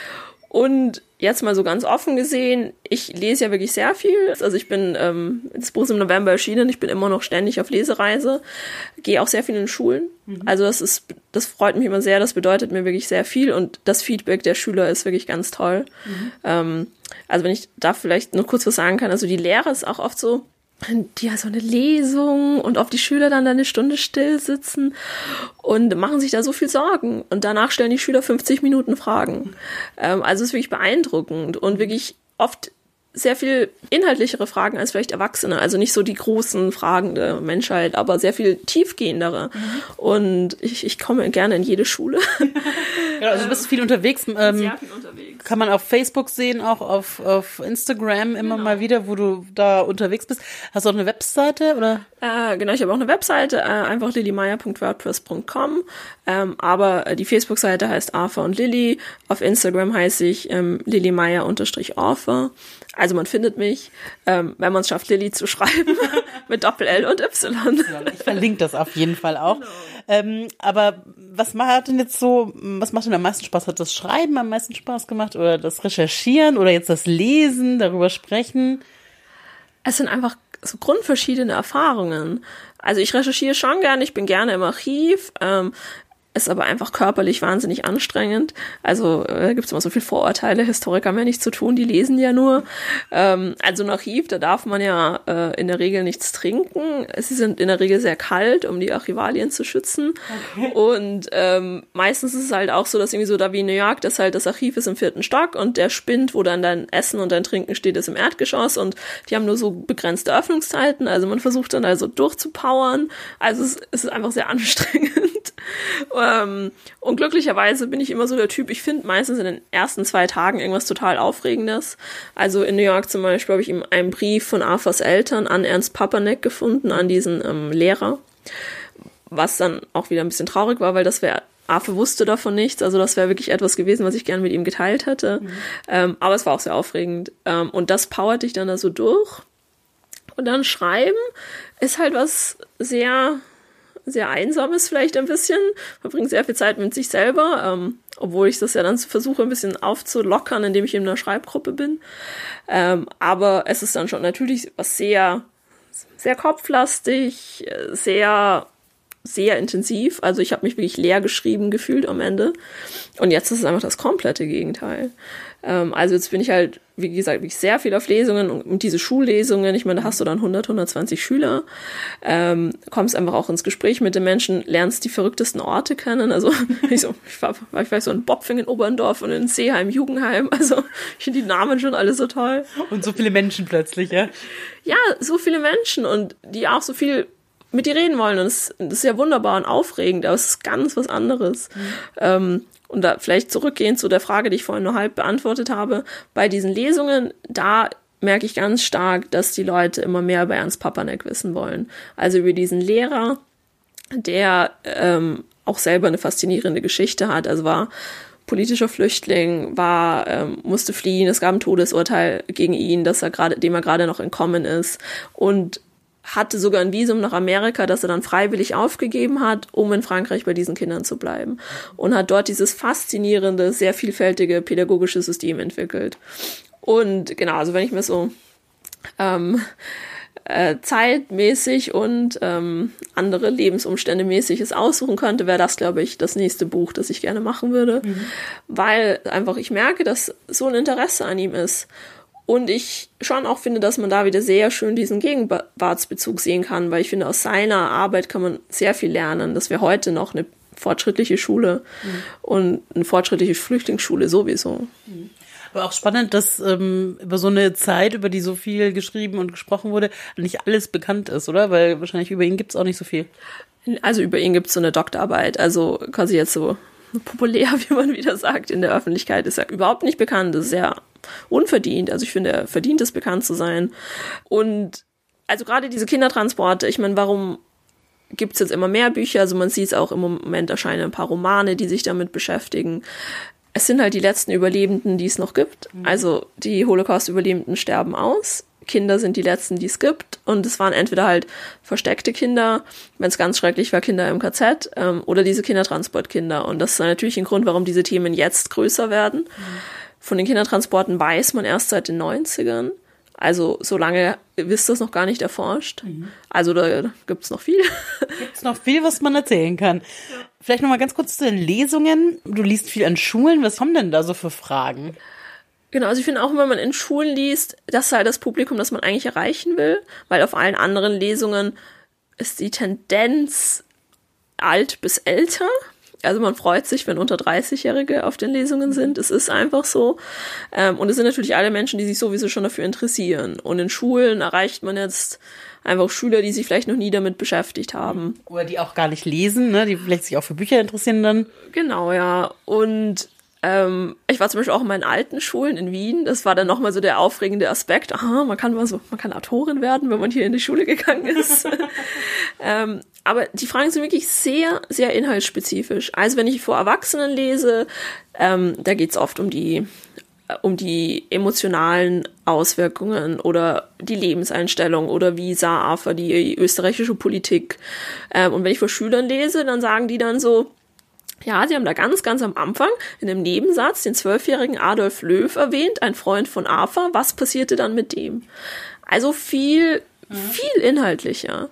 Und jetzt mal so ganz offen gesehen, ich lese ja wirklich sehr viel. Also ich bin, das Buch ist im November erschienen, ich bin immer noch ständig auf Lesereise, gehe auch sehr viel in Schulen. Also das freut mich immer sehr, das bedeutet mir wirklich sehr viel und das Feedback der Schüler ist wirklich ganz toll. Also wenn ich da vielleicht noch kurz was sagen kann, also die Lehre ist auch oft so, die hat so eine Lesung und auf die Schüler dann eine Stunde still sitzen und machen sich da so viel Sorgen. Und danach stellen die Schüler 50 Minuten Fragen. Also es ist wirklich beeindruckend und wirklich oft sehr viel inhaltlichere Fragen als vielleicht Erwachsene. Also nicht so die großen Fragen der Menschheit, aber sehr viel tiefgehendere. Und ich komme gerne in jede Schule.
Ja, also du bist viel unterwegs.
Sehr viel unterwegs.
Kann man auf Facebook sehen, auch auf Instagram immer mal wieder, wo du da unterwegs bist. Hast du auch eine Webseite, oder?
Genau, ich habe auch eine Webseite, einfach lilymeier.wordpress.com. Aber die Facebook-Seite heißt Arthur und Lilly. Auf Instagram heiße ich lilymeier_Arthur. Also man findet mich, wenn man es schafft, Lilly zu schreiben, mit Doppel-L und Y.
Ich verlinke das auf jeden Fall auch. Genau. Aber was macht denn am meisten Spaß? Hat das Schreiben am meisten Spaß gemacht oder das Recherchieren oder jetzt das Lesen, darüber sprechen?
Es sind einfach so grundverschiedene Erfahrungen. Also ich recherchiere schon gerne, ich bin gerne im Archiv, ist aber einfach körperlich wahnsinnig anstrengend. Also gibt es immer so viele Vorurteile, Historiker haben ja nichts zu tun, die lesen ja nur. Also ein Archiv, da darf man ja in der Regel nichts trinken. Sie sind in der Regel sehr kalt, um die Archivalien zu schützen. Okay. Und meistens ist es halt auch so, dass irgendwie so da wie in New York, dass halt das Archiv ist im 4. Stock und der Spind, wo dann dein Essen und dein Trinken steht, ist im Erdgeschoss und die haben nur so begrenzte Öffnungszeiten. Also man versucht dann also durchzupowern. Also es ist einfach sehr anstrengend. Und glücklicherweise bin ich immer so der Typ, ich finde meistens in den ersten 2 Tagen irgendwas total Aufregendes. Also in New York zum Beispiel habe ich eben einen Brief von Arthurs Eltern an Ernst Papanek gefunden, an diesen Lehrer. Was dann auch wieder ein bisschen traurig war, weil Arthur wusste davon nichts. Also das wäre wirklich etwas gewesen, was ich gerne mit ihm geteilt hätte. Aber es war auch sehr aufregend. Und das powert dich dann da so durch. Und dann schreiben ist halt was sehr, sehr Einsames vielleicht ein bisschen. Man verbringt sehr viel Zeit mit sich selber, obwohl ich das ja dann versuche, ein bisschen aufzulockern, indem ich in einer Schreibgruppe bin. Aber es ist dann schon natürlich was sehr, sehr kopflastig, sehr, sehr intensiv. Also ich habe mich wirklich leer geschrieben gefühlt am Ende. Und jetzt ist es einfach das komplette Gegenteil. Also jetzt bin ich halt, wie gesagt, wirklich sehr viel auf Lesungen und diese Schullesungen, ich meine, da hast du dann 120 Schüler, kommst einfach auch ins Gespräch mit den Menschen, lernst die verrücktesten Orte kennen, also ich war so in Bopfing in Oberndorf und in Seeheim, Jugendheim, also ich finde die Namen schon alle so toll.
Und so viele Menschen plötzlich, ja?
Ja, so viele Menschen und die auch so viel mit dir reden wollen und das ist ja wunderbar und aufregend, aber es ist ganz was anderes. Und da vielleicht zurückgehend zu der Frage, die ich vorhin nur halb beantwortet habe, bei diesen Lesungen, da merke ich ganz stark, dass die Leute immer mehr über Ernst Papanek wissen wollen. Also über diesen Lehrer, der auch selber eine faszinierende Geschichte hat, also war politischer Flüchtling, musste fliehen, es gab ein Todesurteil gegen ihn, dem er gerade noch entkommen ist und hatte sogar ein Visum nach Amerika, das er dann freiwillig aufgegeben hat, um in Frankreich bei diesen Kindern zu bleiben. Und hat dort dieses faszinierende, sehr vielfältige pädagogische System entwickelt. Und genau, also wenn ich mir so zeitmäßig und andere Lebensumstände mäßig es aussuchen könnte, wäre das, glaube ich, das nächste Buch, das ich gerne machen würde. Weil einfach ich merke, dass so ein Interesse an ihm ist. Und ich schon auch finde, dass man da wieder sehr schön diesen Gegenwartsbezug sehen kann, weil ich finde, aus seiner Arbeit kann man sehr viel lernen, dass wir heute noch eine fortschrittliche Schule und eine fortschrittliche Flüchtlingsschule sowieso.
Aber auch spannend, dass über so eine Zeit, über die so viel geschrieben und gesprochen wurde, nicht alles bekannt ist, oder? Weil wahrscheinlich über ihn gibt es auch nicht so viel.
Also über ihn gibt es so eine Doktorarbeit, also quasi jetzt so populär, wie man wieder sagt, in der Öffentlichkeit ist er überhaupt nicht bekannt, das ist sehr unverdient, also ich finde, er verdient es, bekannt zu sein. Und also gerade diese Kindertransporte, ich meine, warum gibt es jetzt immer mehr Bücher? Also man sieht es auch, im Moment erscheinen ein paar Romane, die sich damit beschäftigen. Es sind halt die letzten Überlebenden, die es noch gibt. Also die Holocaust-Überlebenden sterben aus. Kinder sind die letzten, die es gibt. Und es waren entweder halt versteckte Kinder, wenn es ganz schrecklich war, Kinder im KZ, oder diese Kindertransportkinder. Und das ist natürlich ein Grund, warum diese Themen jetzt größer werden. Von den Kindertransporten weiß man erst seit den 90ern. Also so lange ist das noch gar nicht erforscht. Also da gibt's noch viel.
Gibt's noch viel, was man erzählen kann. Ja. Vielleicht noch mal ganz kurz zu den Lesungen. Du liest viel an Schulen. Was kommen denn da so für Fragen?
Genau, also ich finde auch, wenn man in Schulen liest, das ist halt das Publikum, das man eigentlich erreichen will. Weil auf allen anderen Lesungen ist die Tendenz alt bis älter. Also man freut sich, wenn unter 30-Jährige auf den Lesungen sind. Es ist einfach so. Und es sind natürlich alle Menschen, die sich sowieso schon dafür interessieren. Und in Schulen erreicht man jetzt einfach Schüler, die sich vielleicht noch nie damit beschäftigt haben.
Oder die auch gar nicht lesen, ne? Die vielleicht sich auch für Bücher interessieren dann.
Genau, ja. Und ich war zum Beispiel auch in meinen alten Schulen in Wien. Das war dann nochmal so der aufregende Aspekt. Aha, man kann Autorin werden, wenn man hier in die Schule gegangen ist. Aber die Fragen sind wirklich sehr, sehr inhaltsspezifisch. Also wenn ich vor Erwachsenen lese, da geht es oft um die emotionalen Auswirkungen oder die Lebenseinstellung oder wie sah Arthur die österreichische Politik. Und wenn ich vor Schülern lese, dann sagen die dann so, ja, sie haben da ganz, ganz am Anfang in einem Nebensatz den 12-jährigen Adolf Löw erwähnt, ein Freund von Arthur. Was passierte dann mit dem? Also viel inhaltlicher.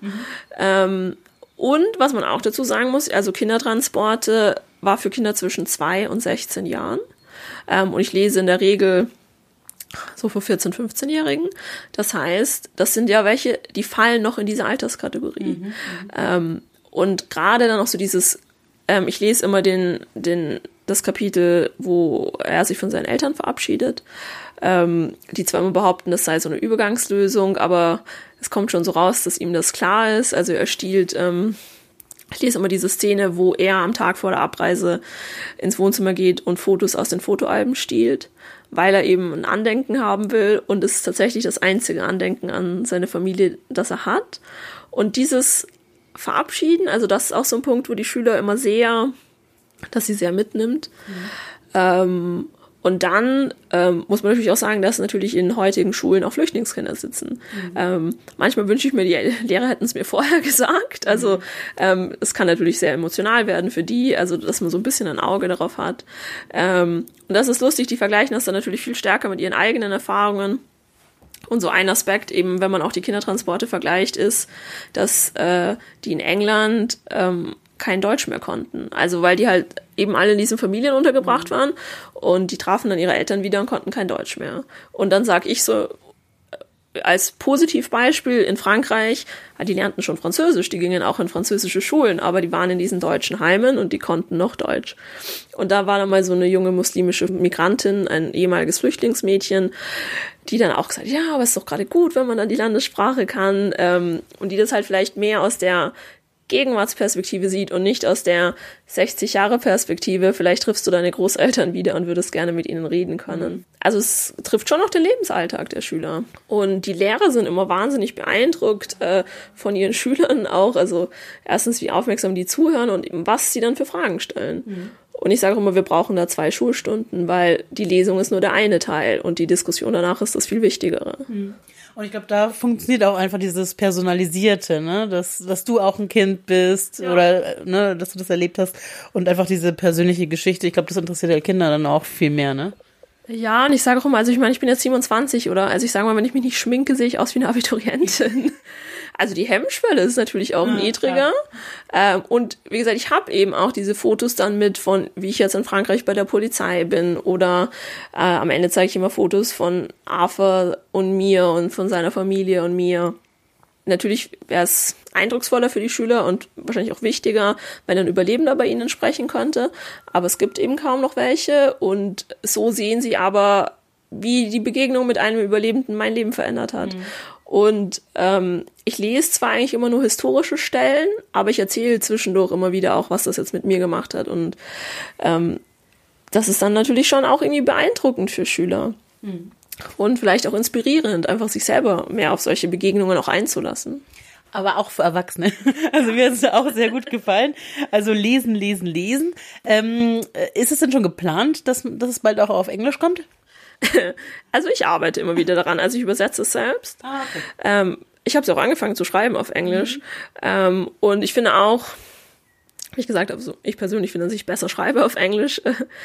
Und was man auch dazu sagen muss, also Kindertransporte war für Kinder zwischen 2 und 16 Jahren. Und ich lese in der Regel so für 14-, 15-Jährigen. Das heißt, das sind ja welche, die fallen noch in diese Alterskategorie. Und gerade dann auch so dieses, ich lese immer das Kapitel, wo er sich von seinen Eltern verabschiedet, die zwar immer behaupten, das sei so eine Übergangslösung, aber es kommt schon so raus, dass ihm das klar ist. Also er stiehlt Ich lese immer diese Szene, wo er am Tag vor der Abreise ins Wohnzimmer geht und Fotos aus den Fotoalben stiehlt, weil er eben ein Andenken haben will, und es ist tatsächlich das einzige Andenken an seine Familie, das er hat. Und dieses Verabschieden, also das ist auch so ein Punkt, wo die Schüler immer dass sie sehr mitnimmt. Und dann muss man natürlich auch sagen, dass natürlich in heutigen Schulen auch Flüchtlingskinder sitzen. Manchmal wünsche ich mir, die Lehrer hätten es mir vorher gesagt. Also es kann natürlich sehr emotional werden für die, also dass man so ein bisschen ein Auge darauf hat. Und das ist lustig, die vergleichen das dann natürlich viel stärker mit ihren eigenen Erfahrungen. Und so ein Aspekt, eben wenn man auch die Kindertransporte vergleicht, ist, dass die in England kein Deutsch mehr konnten. Also weil die halt eben alle in diesen Familien untergebracht waren und die trafen dann ihre Eltern wieder und konnten kein Deutsch mehr. Und dann sage ich so als Positivbeispiel, in Frankreich, die lernten schon Französisch, die gingen auch in französische Schulen, aber die waren in diesen deutschen Heimen und die konnten noch Deutsch. Und da war dann mal so eine junge muslimische Migrantin, ein ehemaliges Flüchtlingsmädchen, die dann auch gesagt hat, ja, aber es ist doch gerade gut, wenn man dann die Landessprache kann, und die das halt vielleicht mehr aus der Gegenwartsperspektive sieht und nicht aus der 60-Jahre-Perspektive. Vielleicht triffst du deine Großeltern wieder und würdest gerne mit ihnen reden können. Also es trifft schon auch den Lebensalltag der Schüler. Und die Lehrer sind immer wahnsinnig beeindruckt von ihren Schülern auch. Also erstens, wie aufmerksam die zuhören und eben, was sie dann für Fragen stellen. Und ich sage immer, wir brauchen da 2 Schulstunden, weil die Lesung ist nur der eine Teil und die Diskussion danach ist das viel Wichtigere.
Und ich glaube, da funktioniert auch einfach dieses Personalisierte, ne? Dass du auch ein Kind bist, ja, oder ne, dass du das erlebt hast, und einfach diese persönliche Geschichte. Ich glaube, das interessiert ja Kinder dann auch viel mehr, ne?
Ja, und ich sage auch immer, also ich meine, ich bin jetzt 27, oder? Also ich sage mal, wenn ich mich nicht schminke, sehe ich aus wie eine Abiturientin. Also die Hemmschwelle ist natürlich auch niedriger. Und wie gesagt, ich habe eben auch diese Fotos dann mit von, wie ich jetzt in Frankreich bei der Polizei bin. Oder am Ende zeige ich immer Fotos von Arthur und mir und von seiner Familie und mir. Natürlich wäre es eindrucksvoller für die Schüler und wahrscheinlich auch wichtiger, wenn ein Überlebender bei ihnen sprechen könnte. Aber es gibt eben kaum noch welche. Und so sehen sie aber, wie die Begegnung mit einem Überlebenden mein Leben verändert hat. Und ich lese zwar eigentlich immer nur historische Stellen, aber ich erzähle zwischendurch immer wieder auch, was das jetzt mit mir gemacht hat. Und das ist dann natürlich schon auch irgendwie beeindruckend für Schüler. Und vielleicht auch inspirierend, einfach sich selber mehr auf solche Begegnungen auch einzulassen.
Aber auch für Erwachsene. Also mir hat es auch sehr gut gefallen. Also lesen, lesen, lesen. Ist es denn schon geplant, dass es bald auch auf Englisch kommt?
Also ich arbeite immer wieder daran. Also ich übersetze es selbst. Okay. Ich habe es auch angefangen zu schreiben auf Englisch. Und ich finde auch, wie ich gesagt habe, so, ich persönlich finde, dass ich besser schreibe auf Englisch.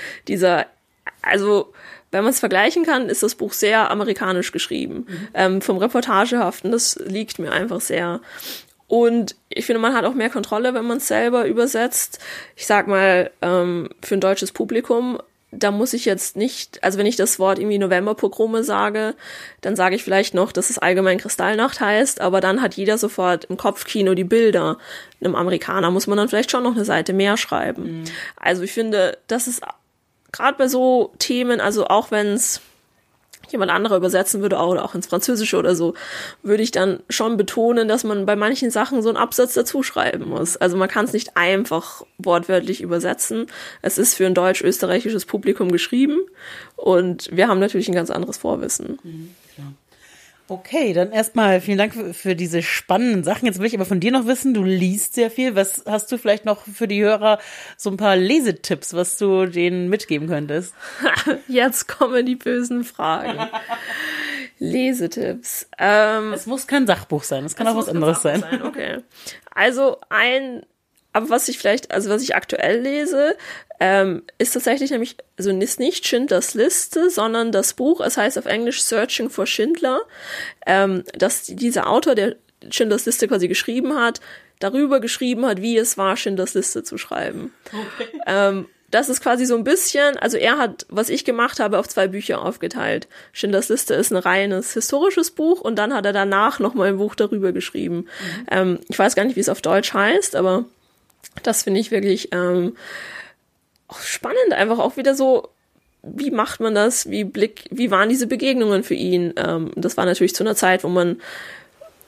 Also wenn man es vergleichen kann, ist das Buch sehr amerikanisch geschrieben. Vom Reportagehaften, das liegt mir einfach sehr. Und ich finde, man hat auch mehr Kontrolle, wenn man es selber übersetzt. Ich sag mal, für ein deutsches Publikum, da muss ich jetzt nicht, also wenn ich das Wort irgendwie Novemberpogrome sage, dann sage ich vielleicht noch, dass es allgemein Kristallnacht heißt, aber dann hat jeder sofort im Kopfkino die Bilder. Einem Amerikaner muss man dann vielleicht schon noch eine Seite mehr schreiben. Also ich finde, das ist gerade bei so Themen, also auch wenn es jemand anderer übersetzen würde, oder auch ins Französische oder so, würde ich dann schon betonen, dass man bei manchen Sachen so einen Absatz dazu schreiben muss. Also man kann es nicht einfach wortwörtlich übersetzen. Es ist für ein deutsch-österreichisches Publikum geschrieben und wir haben natürlich ein ganz anderes Vorwissen.
Okay, dann erstmal vielen Dank für diese spannenden Sachen. Jetzt will ich aber von dir noch wissen, du liest sehr viel. Was hast du vielleicht noch für die Hörer, so ein paar Lesetipps, was du denen mitgeben könntest?
Jetzt kommen die bösen Fragen. Lesetipps.
Es muss kein Sachbuch sein, es kann auch was anderes sein.
Okay. Also aber was ich aktuell lese, ist tatsächlich nämlich, also ist nicht Schindlers Liste, sondern das Buch, es heißt auf Englisch Searching for Schindler, dass dieser Autor, der Schindlers Liste quasi geschrieben hat, darüber geschrieben hat, wie es war, Schindlers Liste zu schreiben. Okay. Das ist quasi so ein bisschen, also er hat, was ich gemacht habe, auf 2 Bücher aufgeteilt. Schindlers Liste ist ein reines historisches Buch und dann hat er danach nochmal ein Buch darüber geschrieben. Ich weiß gar nicht, wie es auf Deutsch heißt, aber das finde ich wirklich auch spannend, einfach auch wieder so, wie macht man das, wie waren diese Begegnungen für ihn? Das war natürlich zu einer Zeit, wo man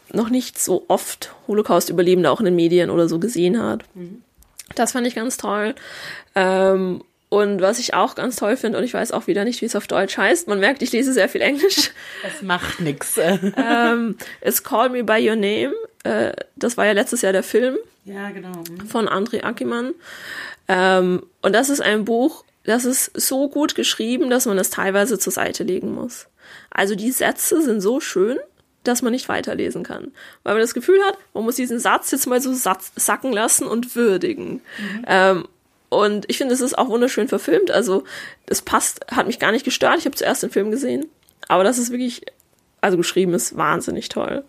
noch nicht so oft Holocaust-Überlebende auch in den Medien oder so gesehen hat. Das fand ich ganz toll. Und was ich auch ganz toll finde, und ich weiß auch wieder nicht, wie es auf Deutsch heißt, man merkt, ich lese sehr viel Englisch.
Das macht nix.
Ist Call Me By Your Name. Das war ja letztes Jahr der Film.
Ja, genau.
Von André Ackermann. Und das ist ein Buch, das ist so gut geschrieben, dass man das teilweise zur Seite legen muss. Also die Sätze sind so schön, dass man nicht weiterlesen kann. Weil man das Gefühl hat, man muss diesen Satz jetzt mal so sacken lassen und würdigen. Und ich finde, es ist auch wunderschön verfilmt. Also das passt, hat mich gar nicht gestört. Ich habe zuerst den Film gesehen. Aber das ist wirklich, also geschrieben ist wahnsinnig toll.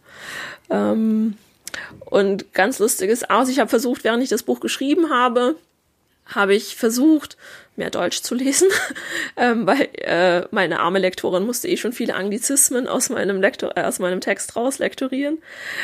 Und ganz lustig ist auch, ich habe versucht, während ich das Buch geschrieben habe ich versucht, mehr Deutsch zu lesen, weil meine arme Lektorin musste schon viele Anglizismen aus meinem Text rauslektorieren.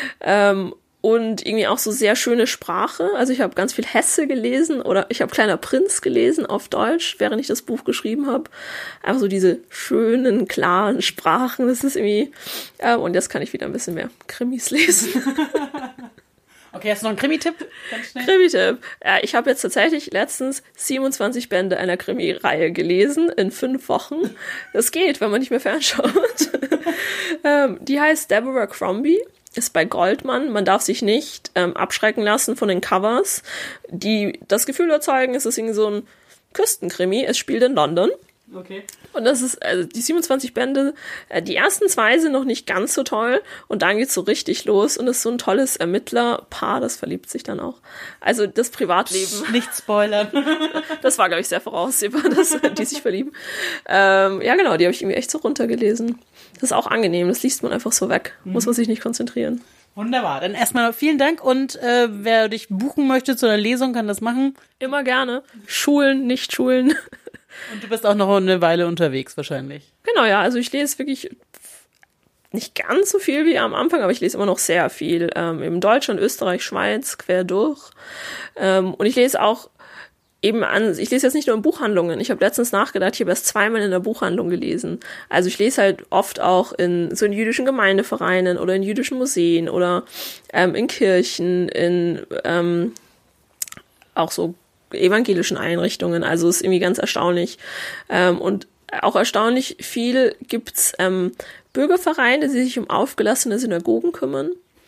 Und irgendwie auch so sehr schöne Sprache. Also ich habe ganz viel Hesse gelesen oder ich habe Kleiner Prinz gelesen auf Deutsch, während ich das Buch geschrieben habe. Einfach so diese schönen, klaren Sprachen. Das ist irgendwie... und jetzt kann ich wieder ein bisschen mehr Krimis lesen.
Okay, hast du noch einen Krimi-Tipp?
Krimi-Tipp. Ich habe jetzt tatsächlich letztens 27 Bände einer Krimi-Reihe gelesen in 5 Wochen. Das geht, wenn man nicht mehr fernschaut. Die heißt Deborah Crombie. Ist bei Goldman. Man darf sich nicht abschrecken lassen von den Covers, die das Gefühl erzeugen, es ist irgendwie so ein Küstenkrimi. Es spielt in London.
Okay.
Und das ist, also die 27 Bände, die ersten 2 sind noch nicht ganz so toll und dann geht's so richtig los und es ist so ein tolles Ermittlerpaar, das verliebt sich dann auch. Also das Privatleben.
Nicht spoilern.
Das war, glaube ich, sehr voraussehbar, dass die sich verlieben. Ja, genau, die habe ich irgendwie echt so runtergelesen. Das ist auch angenehm, das liest man einfach so weg. Muss man sich nicht konzentrieren.
Wunderbar. Dann erstmal vielen Dank und wer dich buchen möchte zu einer Lesung, kann das machen.
Immer gerne. Schulen, nicht Schulen.
Und du bist auch noch eine Weile unterwegs wahrscheinlich.
Genau, ja. Also ich lese wirklich nicht ganz so viel wie am Anfang, aber ich lese immer noch sehr viel. In Deutschland, Österreich, Schweiz, quer durch. Und ich lese auch ich lese jetzt nicht nur in Buchhandlungen. Ich habe letztens nachgedacht, ich habe erst 2-mal in der Buchhandlung gelesen. Also ich lese halt oft auch in jüdischen Gemeindevereinen oder in jüdischen Museen oder in Kirchen, in auch so evangelischen Einrichtungen. Also es ist irgendwie ganz erstaunlich. Und auch erstaunlich viel gibt's Bürgervereine, die sich um aufgelassene Synagogen kümmern.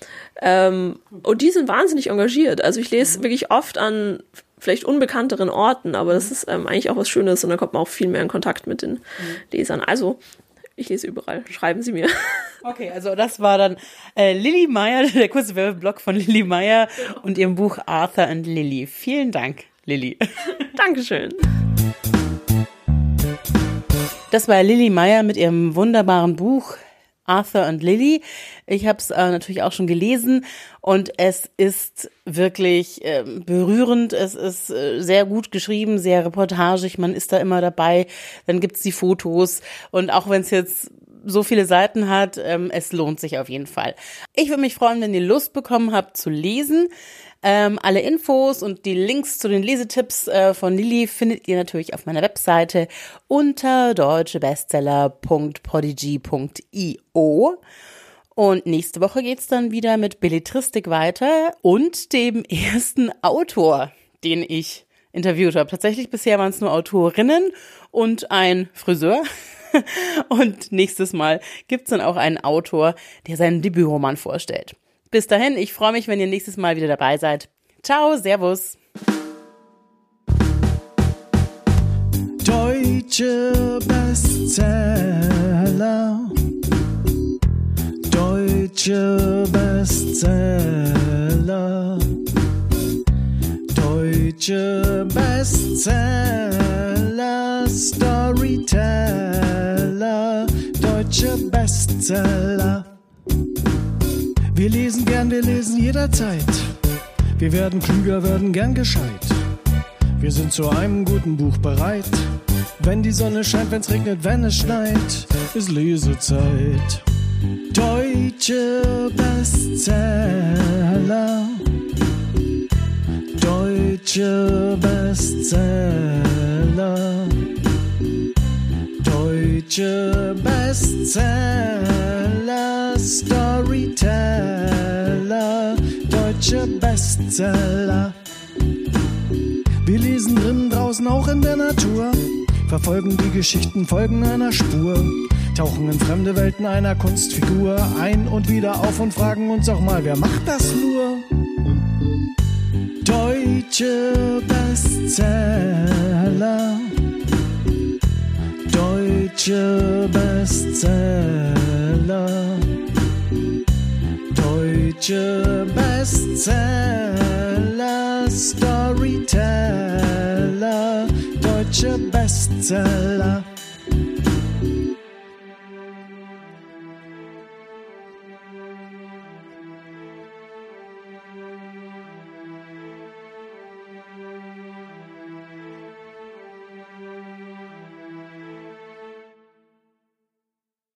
Und die sind wahnsinnig engagiert. Also ich lese wirklich oft an vielleicht unbekannteren Orten, aber das ist eigentlich auch was Schönes und da kommt man auch viel mehr in Kontakt mit den Lesern. Also ich lese überall. Schreiben Sie mir.
Okay, also das war dann Lilly Meyer, der kurze Werbeblock von Lilly Meyer und ihrem Buch Arthur and Lily. Vielen Dank, Lilly.
Dankeschön.
Das war Lilly Meyer mit ihrem wunderbaren Buch Arthur and Lily. Ich habe es natürlich auch schon gelesen und es ist wirklich berührend. Es ist sehr gut geschrieben, sehr reportagig. Man ist da immer dabei. Dann gibt's die Fotos und auch wenn es jetzt so viele Seiten hat, es lohnt sich auf jeden Fall. Ich würde mich freuen, wenn ihr Lust bekommen habt zu lesen. Alle Infos und die Links zu den Lesetipps von Lilly findet ihr natürlich auf meiner Webseite unter deutschebestseller.podigy.io. Und nächste Woche geht's dann wieder mit Belletristik weiter und dem ersten Autor, den ich interviewt habe. Tatsächlich bisher waren es nur Autorinnen und ein Friseur. Und nächstes Mal gibt's dann auch einen Autor, der seinen Debütroman vorstellt. Bis dahin, ich freue mich, wenn ihr nächstes Mal wieder dabei seid. Ciao, servus.
Deutsche Bestseller. Deutsche Bestseller. Deutsche Bestseller. Storyteller. Deutsche Bestseller. Wir lesen gern, wir lesen jederzeit. Wir werden klüger, werden gern gescheit. Wir sind zu einem guten Buch bereit. Wenn die Sonne scheint, wenn's regnet, wenn es schneit, ist Lesezeit. Deutsche Bestseller. Deutsche Bestseller. Deutsche Bestseller. Storyteller. deutsche Bestseller. Wir lesen drinnen, draußen, auch in der Natur, verfolgen die Geschichten, folgen einer Spur, tauchen in fremde Welten einer Kunstfigur ein und wieder auf und fragen uns auch mal, wer macht das nur? Deutsche Bestseller, deutsche Bestseller, deutsche Bestseller, Storyteller, deutsche Bestseller.